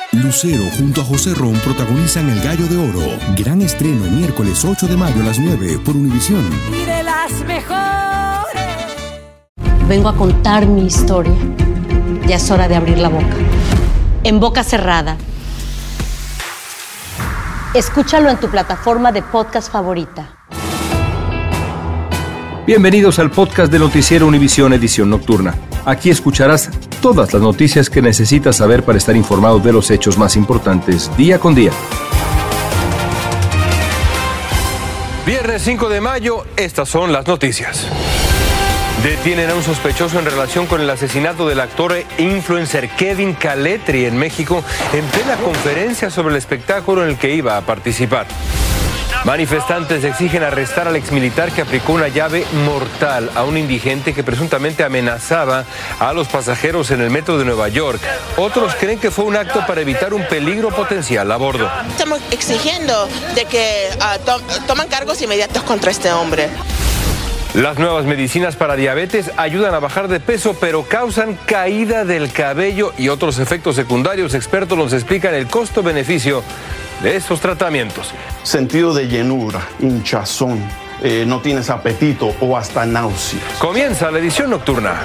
Lucero junto a José Ron protagonizan El Gallo de Oro. Gran estreno miércoles 8 de mayo a las 9 por Univisión. Y de las mejores. Vengo a contar mi historia. Ya es hora de abrir la boca. En boca cerrada. Escúchalo en tu plataforma de podcast favorita. Bienvenidos al podcast de Noticiero Univisión Edición Nocturna. Aquí escucharás todas las noticias que necesitas saber para estar informado de los hechos más importantes día con día. Viernes 5 de mayo, estas son las noticias. Detienen a un sospechoso en relación con el asesinato del actor e influencer Kevin Caletri en México en plena conferencia sobre el espectáculo en el que iba a participar. Manifestantes exigen arrestar al exmilitar que aplicó una llave mortal a un indigente que presuntamente amenazaba a los pasajeros en el metro de Nueva York. Otros creen que fue un acto para evitar un peligro potencial a bordo. Estamos exigiendo de que toman cargos inmediatos contra este hombre. Las nuevas medicinas para diabetes ayudan a bajar de peso, pero causan caída del cabello y otros efectos secundarios. Expertos nos explican el costo-beneficio de estos tratamientos. Sentido de llenura, hinchazón, no tienes apetito o hasta náuseas. Comienza la edición nocturna.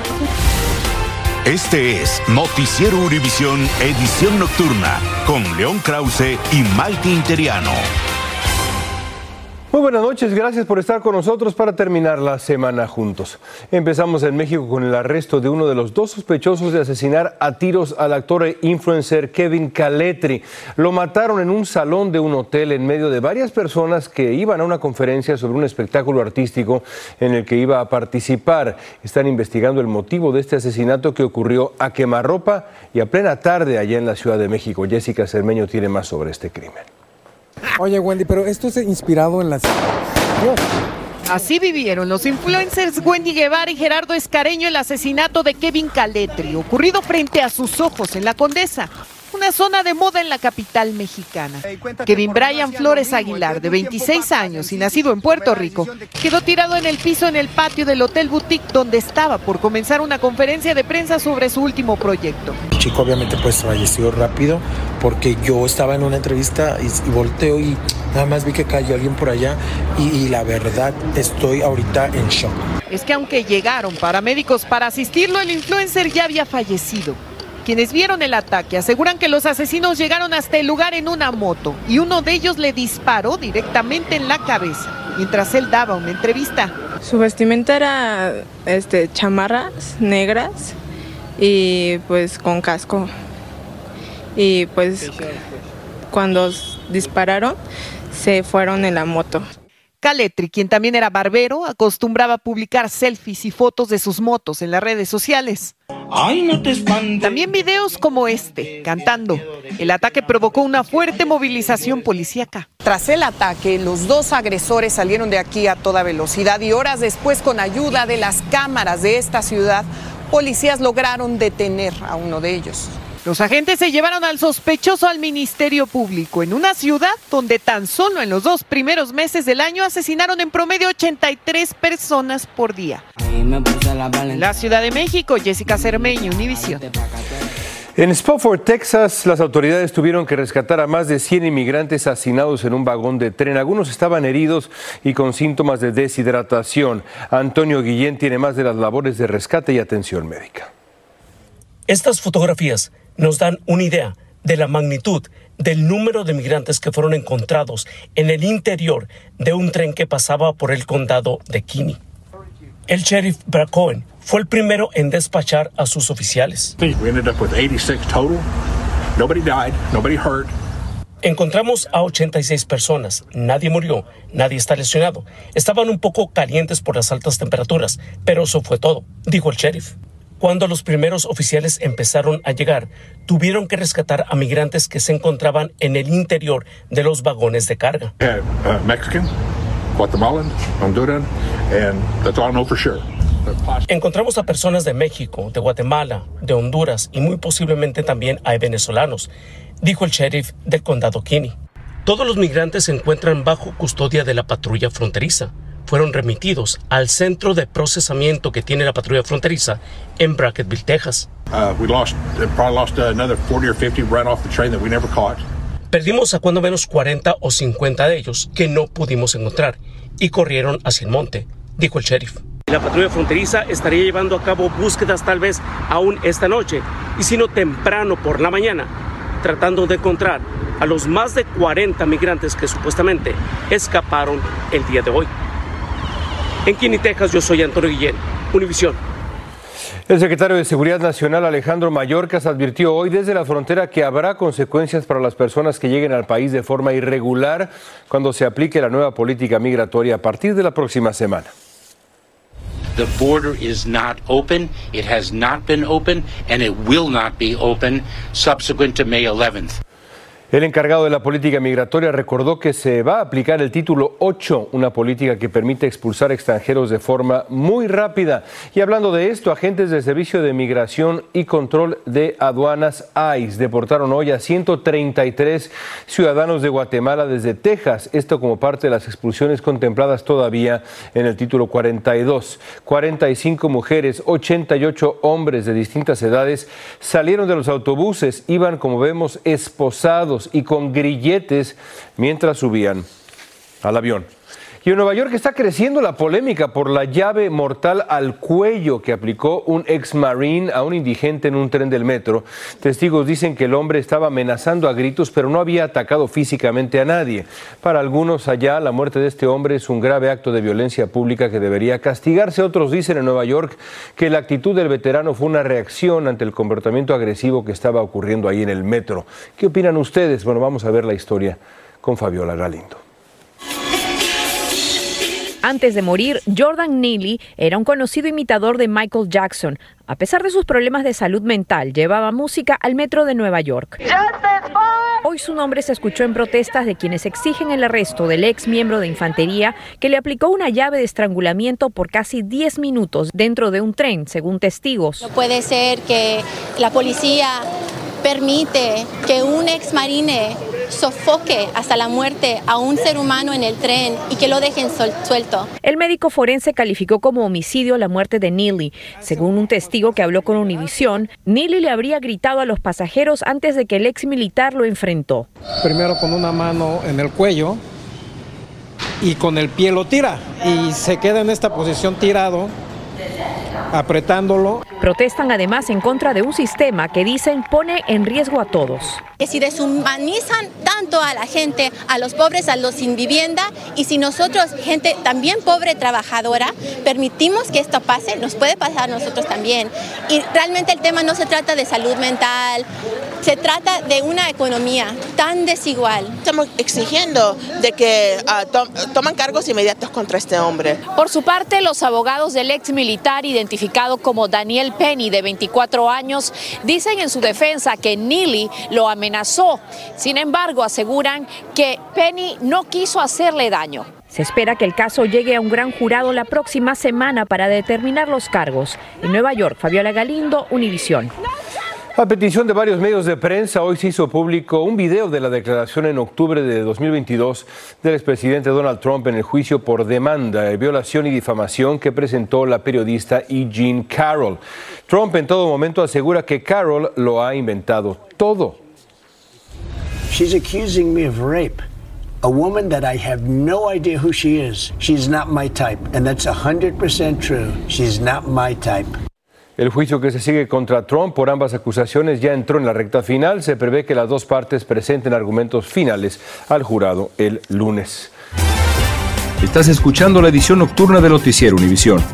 Este es Noticiero Univisión Edición Nocturna con León Krause y Malti Interiano. Muy buenas noches, gracias por estar con nosotros para terminar la semana juntos. Empezamos en México con el arresto de uno de los dos sospechosos de asesinar a tiros al actor e influencer Kevin Caletri. Lo mataron en un salón de un hotel en medio de varias personas que iban a una conferencia sobre un espectáculo artístico en el que iba a participar. Están investigando el motivo de este asesinato que ocurrió a quemarropa y a plena tarde allá en la Ciudad de México. Jessica Cermeño tiene más sobre este crimen. Oye, Wendy, pero esto es inspirado en las... Dios. Así vivieron los influencers Wendy Guevara y Gerardo Escareño el asesinato de Kevin Caletri, ocurrido frente a sus ojos en La Condesa, una zona de moda en la capital mexicana. Kevin Brian Flores Aguilar, de 26 años y nacido en Puerto Rico, quedó tirado en el piso en el patio del Hotel Boutique, donde estaba por comenzar una conferencia de prensa sobre su último proyecto. El chico obviamente pues falleció rápido porque yo estaba en una entrevista y volteo y nada más vi que cayó alguien por allá y la verdad estoy ahorita en shock. Es que aunque llegaron paramédicos para asistirlo, el influencer ya había fallecido. Quienes vieron el ataque aseguran que los asesinos llegaron hasta el lugar en una moto y uno de ellos le disparó directamente en la cabeza mientras él daba una entrevista. Su vestimenta era chamarras negras y pues con casco. Y pues cuando dispararon se fueron en la moto. Caletri, quien también era barbero, acostumbraba a publicar selfies y fotos de sus motos en las redes sociales. Ay, no te espantes. También videos como este, cantando. El ataque provocó una fuerte movilización policíaca. Tras el ataque, los dos agresores salieron de aquí a toda velocidad y horas después, con ayuda de las cámaras de esta ciudad, policías lograron detener a uno de ellos. Los agentes se llevaron al sospechoso al Ministerio Público en una ciudad donde tan solo en los 2 primeros meses del año asesinaron en promedio 83 personas por día. En la Ciudad de México, Jessica Cermeño, Univisión. En Spofford, Texas, las autoridades tuvieron que rescatar a más de 100 inmigrantes hacinados en un vagón de tren. Algunos estaban heridos y con síntomas de deshidratación. Antonio Guillén tiene más de las labores de rescate y atención médica. Estas fotografías nos dan una idea de la magnitud del número de migrantes que fueron encontrados en el interior de un tren que pasaba por el condado de Kinney. El sheriff Brad Cohen fue el primero en despachar a sus oficiales. Encontramos a 86 personas, nadie murió, nadie está lesionado. Estaban un poco calientes por las altas temperaturas, pero eso fue todo, dijo el sheriff. Cuando los primeros oficiales empezaron a llegar, tuvieron que rescatar a migrantes que se encontraban en el interior de los vagones de carga. Mexican, Guatemalan, Honduran, and that's all I know for sure. Encontramos a personas de México, de Guatemala, de Honduras y muy posiblemente también hay venezolanos, dijo el sheriff del condado Kinney. Todos los migrantes se encuentran bajo custodia de la patrulla fronteriza. fueron remitidos al centro de procesamiento que tiene la patrulla fronteriza en Brackettville, Texas. Perdimos a cuando menos 40 o 50 de ellos que no pudimos encontrar y corrieron hacia el monte, dijo el sheriff. La patrulla fronteriza estaría llevando a cabo búsquedas tal vez aún esta noche y si no temprano por la mañana, tratando de encontrar a los más de 40 migrantes que supuestamente escaparon el día de hoy. En Kinney, Texas, yo soy Antonio Guillén, Univisión. El secretario de Seguridad Nacional, Alejandro Mayorkas, advirtió hoy desde la frontera que habrá consecuencias para las personas que lleguen al país de forma irregular cuando se aplique la nueva política migratoria a partir de la próxima semana. The border is not open, it has not been open, and it will not be open subsequent to May 11th. El encargado de la política migratoria recordó que se va a aplicar el título 8, una política que permite expulsar extranjeros de forma muy rápida. Y hablando de esto, agentes del Servicio de Migración y Control de Aduanas ICE deportaron hoy a 133 ciudadanos de Guatemala desde Texas, esto como parte de las expulsiones contempladas todavía en el título 42. 45 mujeres, 88 hombres de distintas edades salieron de los autobuses, iban, como vemos, esposados y con grilletes mientras subían al avión. Y en Nueva York está creciendo la polémica por la llave mortal al cuello que aplicó un ex-marine a un indigente en un tren del metro. Testigos dicen que el hombre estaba amenazando a gritos, pero no había atacado físicamente a nadie. Para algunos allá, la muerte de este hombre es un grave acto de violencia pública que debería castigarse. Otros dicen en Nueva York que la actitud del veterano fue una reacción ante el comportamiento agresivo que estaba ocurriendo ahí en el metro. ¿Qué opinan ustedes? Bueno, vamos a ver la historia con Fabiola Galindo. Antes de morir, Jordan Neely era un conocido imitador de Michael Jackson. A pesar de sus problemas de salud mental, llevaba música al metro de Nueva York. Hoy su nombre se escuchó en protestas de quienes exigen el arresto del ex miembro de infantería que le aplicó una llave de estrangulamiento por casi 10 minutos dentro de un tren, según testigos. No puede ser que la policía permite que un ex marine sofoque hasta la muerte a un ser humano en el tren y que lo dejen suelto. El médico forense calificó como homicidio la muerte de Neely. Según un testigo que habló con Univisión, Neely le habría gritado a los pasajeros antes de que el ex militar lo enfrentó. Primero con una mano en el cuello y con el pie lo tira y se queda en esta posición tirado, apretándolo. Protestan además en contra de un sistema que dicen pone en riesgo a todos. Que si deshumanizan tanto a la gente, a los pobres, a los sin vivienda, y si nosotros, gente también pobre, trabajadora, permitimos que esto pase, nos puede pasar a nosotros también. Y realmente el tema no se trata de salud mental, se trata de una economía tan desigual. Estamos exigiendo de que toman cargos inmediatos contra este hombre. Por su parte, los abogados del ex militar identificado como Daniel Penny, de 24 años, dicen en su defensa que Neely lo amenazó. Sin embargo, aseguran que Penny no quiso hacerle daño. Se espera que el caso llegue a un gran jurado la próxima semana para determinar los cargos. En Nueva York, Fabiola Galindo, Univisión. A petición de varios medios de prensa, hoy se hizo público un video de la declaración en octubre de 2022 del expresidente Donald Trump en el juicio por demanda, violación y difamación que presentó la periodista E. Jean Carroll. Trump en todo momento asegura que Carroll lo ha inventado todo. She's accusing me of rape. A woman that I have no idea who she is. She's not my type, and that's 100% true. She's not my type. El juicio que se sigue contra Trump por ambas acusaciones ya entró en la recta final. Se prevé que las dos partes presenten argumentos finales al jurado el lunes. Estás escuchando la edición nocturna de Noticiero Univisión.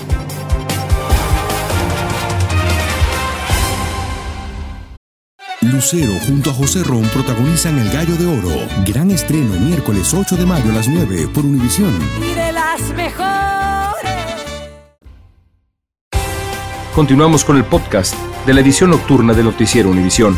Lucero junto a José Ron protagonizan El Gallo de Oro. Gran estreno miércoles 8 de mayo a las 9 por Univisión. Y de las mejores. Continuamos con el podcast de la edición nocturna de Noticiero Univisión.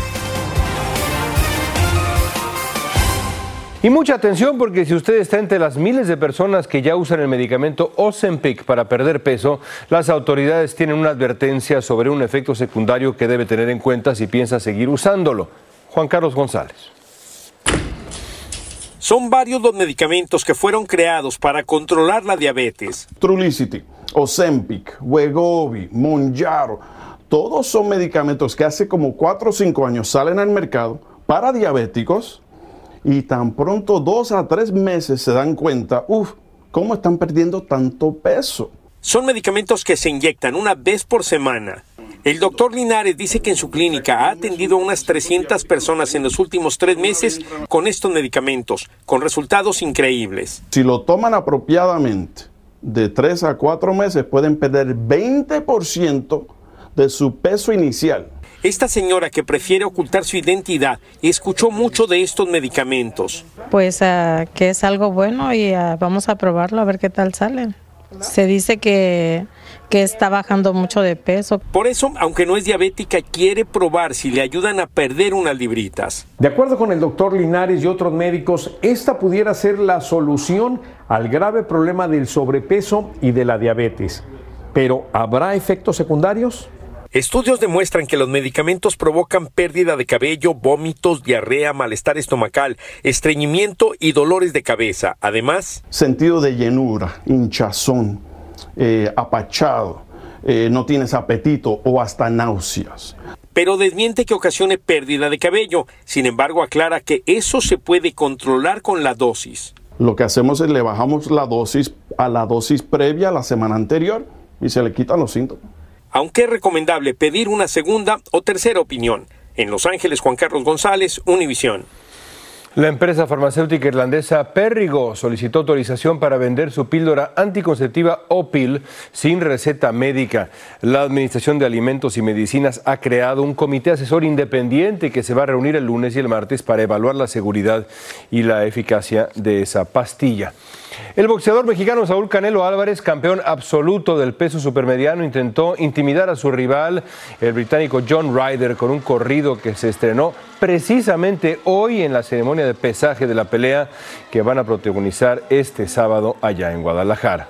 Y mucha atención porque si usted está entre las miles de personas que ya usan el medicamento Ozempic para perder peso, las autoridades tienen una advertencia sobre un efecto secundario que debe tener en cuenta si piensa seguir usándolo. Juan Carlos González. Son varios los medicamentos que fueron creados para controlar la diabetes. Trulicity, Ozempic, Wegovy, Mounjaro, todos son medicamentos que hace como 4 o 5 años salen al mercado para diabéticos y tan pronto 2 a 3 meses se dan cuenta, ¿cómo están perdiendo tanto peso? Son medicamentos que se inyectan una vez por semana. El doctor Linares dice que en su clínica ha atendido a unas 300 personas en los últimos 3 meses con estos medicamentos, con resultados increíbles. Si lo toman apropiadamente, de 3 a 4 meses pueden perder 20% de su peso inicial. Esta señora, que prefiere ocultar su identidad, escuchó mucho de estos medicamentos. Pues que es algo bueno y vamos a probarlo a ver qué tal sale. Se dice que está bajando mucho de peso. Por eso, aunque no es diabética, quiere probar si le ayudan a perder unas libritas. De acuerdo con el doctor Linares y otros médicos, esta pudiera ser la solución al grave problema del sobrepeso y de la diabetes. Pero, ¿habrá efectos secundarios? Estudios demuestran que los medicamentos provocan pérdida de cabello, vómitos, diarrea, malestar estomacal, estreñimiento y dolores de cabeza. Además, sentido de llenura, hinchazón, apachado, no tienes apetito o hasta náuseas. Pero desmiente que ocasione pérdida de cabello. Sin embargo, aclara que eso se puede controlar con la dosis. Lo que hacemos es le bajamos la dosis a la dosis previa la semana anterior y se le quitan los síntomas. Aunque es recomendable pedir una segunda o tercera opinión. En Los Ángeles, Juan Carlos González, Univisión. La empresa farmacéutica irlandesa Perrigo solicitó autorización para vender su píldora anticonceptiva Opill sin receta médica. La Administración de Alimentos y Medicinas ha creado un comité asesor independiente que se va a reunir el lunes y el martes para evaluar la seguridad y la eficacia de esa pastilla. El boxeador mexicano Saúl Canelo Álvarez, campeón absoluto del peso supermediano, intentó intimidar a su rival, el británico John Ryder, con un corrido que se estrenó precisamente hoy en la ceremonia de pesaje de la pelea que van a protagonizar este sábado allá en Guadalajara.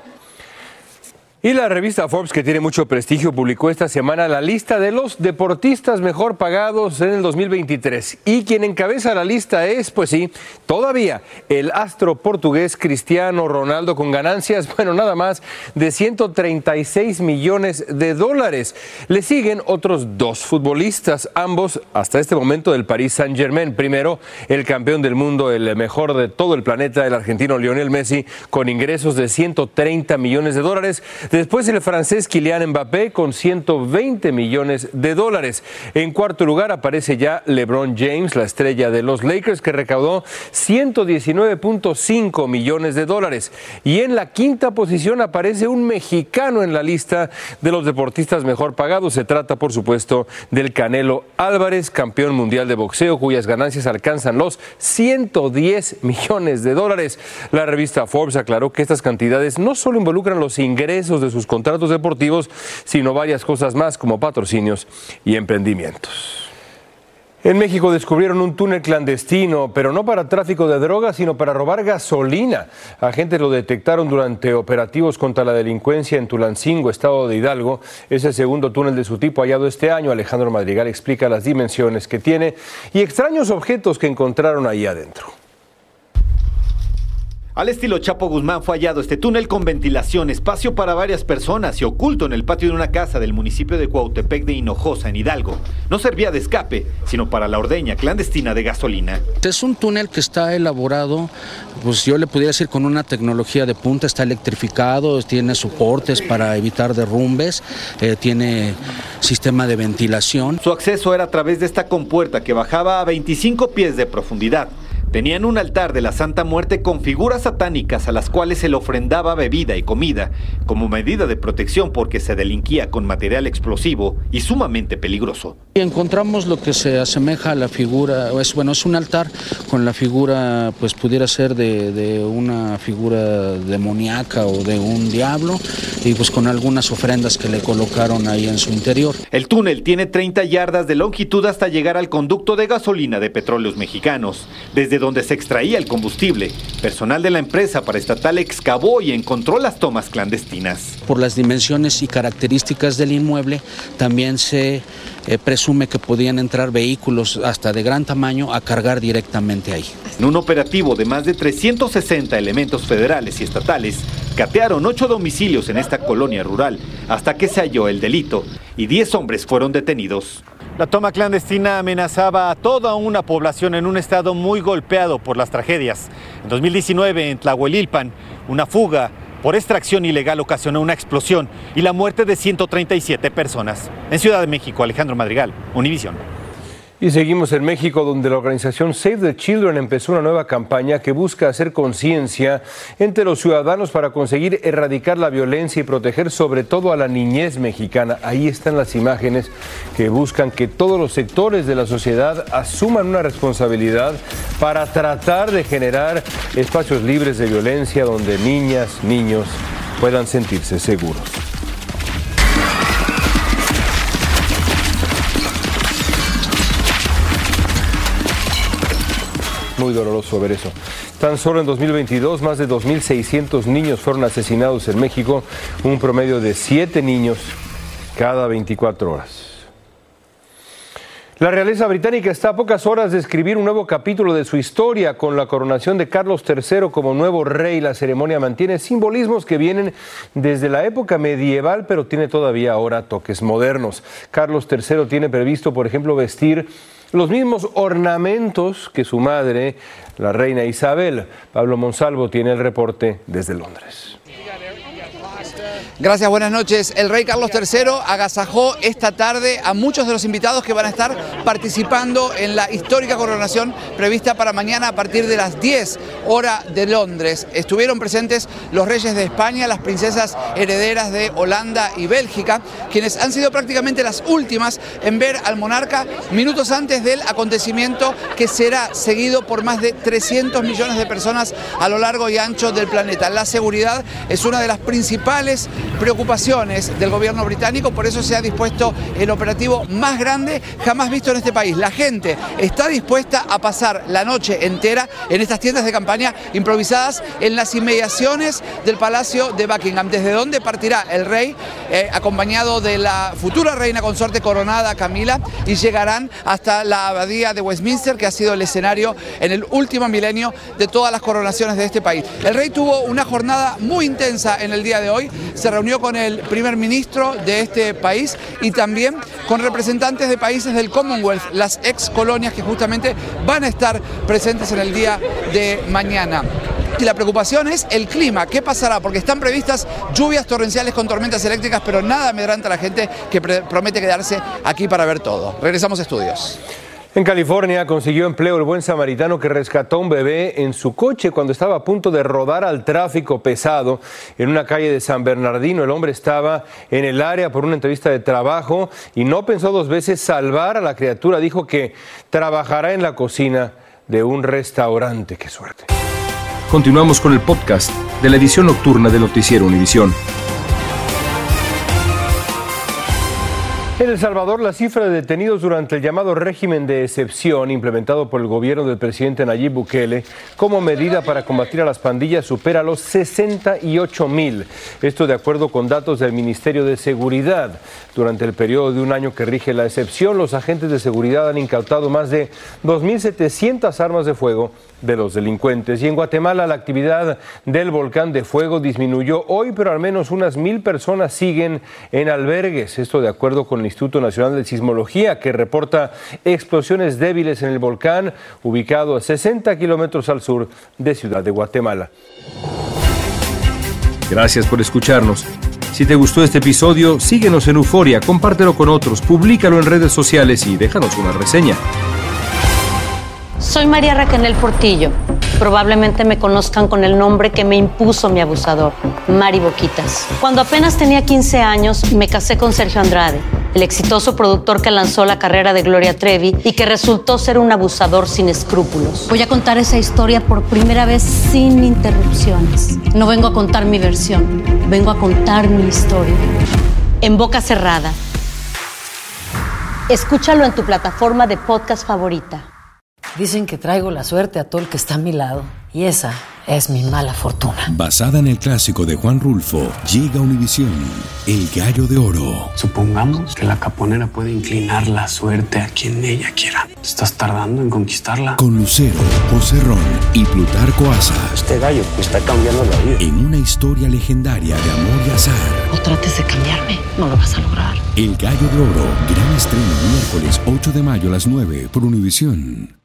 Y la revista Forbes, que tiene mucho prestigio, publicó esta semana la lista de los deportistas mejor pagados en el 2023. Y quien encabeza la lista es, pues sí, todavía el astro portugués Cristiano Ronaldo, con ganancias, nada más de $136 millones. Le siguen otros 2 futbolistas, ambos hasta este momento del Paris Saint-Germain. Primero, el campeón del mundo, el mejor de todo el planeta, el argentino Lionel Messi, con ingresos de $130 millones. Después el francés Kylian Mbappé con $120 millones. En cuarto lugar aparece ya LeBron James, la estrella de los Lakers, que recaudó $119.5 millones. Y en la quinta posición aparece un mexicano en la lista de los deportistas mejor pagados. Se trata, por supuesto, del Canelo Álvarez, campeón mundial de boxeo, cuyas ganancias alcanzan los $110 millones. La revista Forbes aclaró que estas cantidades no solo involucran los ingresos de sus contratos deportivos, sino varias cosas más como patrocinios y emprendimientos. En México descubrieron un túnel clandestino, pero no para tráfico de drogas, sino para robar gasolina. Agentes lo detectaron durante operativos contra la delincuencia en Tulancingo, estado de Hidalgo. Es el segundo túnel de su tipo hallado este año. Alejandro Madrigal explica las dimensiones que tiene y extraños objetos que encontraron ahí adentro. Al estilo Chapo Guzmán fue hallado este túnel con ventilación, espacio para varias personas y oculto en el patio de una casa del municipio de Cuautepec de Hinojosa, en Hidalgo. No servía de escape, sino para la ordeña clandestina de gasolina. Es un túnel que está elaborado, pues yo le pudiera decir, con una tecnología de punta, está electrificado, tiene soportes para evitar derrumbes, tiene sistema de ventilación. Su acceso era a través de esta compuerta que bajaba a 25 pies de profundidad. Tenían un altar de la Santa Muerte con figuras satánicas a las cuales se le ofrendaba bebida y comida como medida de protección porque se delinquía con material explosivo y sumamente peligroso. Encontramos lo que se asemeja a la figura, es un altar con la figura, pues pudiera ser de una figura demoníaca o de un diablo, y pues con algunas ofrendas que le colocaron ahí en su interior. El túnel tiene 30 yardas de longitud hasta llegar al conducto de gasolina de Petróleos Mexicanos. Desde donde se extraía el combustible. Personal de la empresa paraestatal excavó y encontró las tomas clandestinas. Por las dimensiones y características del inmueble, también se presume que podían entrar vehículos hasta de gran tamaño a cargar directamente ahí. En un operativo de más de 360 elementos federales y estatales, catearon 8 domicilios en esta colonia rural, hasta que se halló el delito, y 10 hombres fueron detenidos. La toma clandestina amenazaba a toda una población en un estado muy golpeado por las tragedias. En 2019, en Tlahuelilpan, una fuga por extracción ilegal ocasionó una explosión y la muerte de 137 personas. En Ciudad de México, Alejandro Madrigal, Univisión. Y seguimos en México, donde la organización Save the Children empezó una nueva campaña que busca hacer conciencia entre los ciudadanos para conseguir erradicar la violencia y proteger sobre todo a la niñez mexicana. Ahí están las imágenes que buscan que todos los sectores de la sociedad asuman una responsabilidad para tratar de generar espacios libres de violencia donde niñas, niños puedan sentirse seguros. Muy doloroso ver eso. Tan solo en 2022, más de 2.600 niños fueron asesinados en México, un promedio de 7 niños cada 24 horas. La realeza británica está a pocas horas de escribir un nuevo capítulo de su historia con la coronación de Carlos III como nuevo rey. La ceremonia mantiene simbolismos que vienen desde la época medieval, pero tiene todavía ahora toques modernos. Carlos III tiene previsto, por ejemplo, vestir los mismos ornamentos que su madre, la reina Isabel. Pablo Monsalvo tiene el reporte desde Londres. Gracias, buenas noches. El rey Carlos III agasajó esta tarde a muchos de los invitados que van a estar participando en la histórica coronación prevista para mañana a partir de las 10 hora de Londres. Estuvieron presentes los reyes de España, las princesas herederas de Holanda y Bélgica, quienes han sido prácticamente las últimas en ver al monarca minutos antes del acontecimiento que será seguido por más de 300 millones de personas a lo largo y ancho del planeta. La seguridad es una de las principales preocupaciones del gobierno británico, por eso se ha dispuesto el operativo más grande jamás visto en este país. La gente está dispuesta a pasar la noche entera en estas tiendas de campaña improvisadas en las inmediaciones del Palacio de Buckingham, desde donde partirá el rey acompañado de la futura reina consorte coronada Camila, y llegarán hasta la abadía de Westminster, que ha sido el escenario en el último milenio de todas las coronaciones de este país. El rey tuvo una jornada muy intensa en el día de hoy. Se reunió con el primer ministro de este país y también con representantes de países del Commonwealth, las ex colonias que justamente van a estar presentes en el día de mañana. Y la preocupación es el clima. ¿Qué pasará? Porque están previstas lluvias torrenciales con tormentas eléctricas, pero nada amedranta a la gente que promete quedarse aquí para ver todo. Regresamos a estudios. En California consiguió empleo el buen samaritano que rescató a un bebé en su coche cuando estaba a punto de rodar al tráfico pesado en una calle de San Bernardino. El hombre estaba en el área por una entrevista de trabajo y no pensó dos veces salvar a la criatura. Dijo que trabajará en la cocina de un restaurante. ¡Qué suerte! Continuamos con el podcast de la edición nocturna de Noticiero Univisión. En El Salvador, la cifra de detenidos durante el llamado régimen de excepción implementado por el gobierno del presidente Nayib Bukele como medida para combatir a las pandillas supera los 68,000. Esto de acuerdo con datos del Ministerio de Seguridad. Durante el periodo de un año que rige la excepción, los agentes de seguridad han incautado más de 2.700 armas de fuego de los delincuentes. Y en Guatemala la actividad del volcán de fuego disminuyó hoy, pero al menos unas 1,000 personas siguen en albergues. Esto de acuerdo con el Instituto Nacional de Sismología, que reporta explosiones débiles en el volcán, ubicado a 60 kilómetros al sur de Ciudad de Guatemala. Gracias por escucharnos. Si te gustó este episodio, síguenos en Euforia, compártelo con otros, públicalo en redes sociales y déjanos una reseña. Soy María Raquel Portillo. Probablemente me conozcan con el nombre que me impuso mi abusador, Mari Boquitas. Cuando apenas tenía 15 años, me casé con Sergio Andrade, el exitoso productor que lanzó la carrera de Gloria Trevi y que resultó ser un abusador sin escrúpulos. Voy a contar esa historia por primera vez sin interrupciones. No vengo a contar mi versión, vengo a contar mi historia. En boca cerrada. Escúchalo en tu plataforma de podcast favorita. Dicen que traigo la suerte a todo el que está a mi lado. Y esa es mi mala fortuna. Basada en el clásico de Juan Rulfo, llega a Univisión, El Gallo de Oro. Supongamos que la caponera puede inclinar la suerte a quien ella quiera. ¿Estás tardando en conquistarla? Con Lucero, José Ron y Plutarco Asa. Este gallo me está cambiando la vida. En una historia legendaria de amor y azar. No trates de cambiarme, no lo vas a lograr. El Gallo de Oro, gran estreno miércoles 8 de mayo a las 9 por Univisión.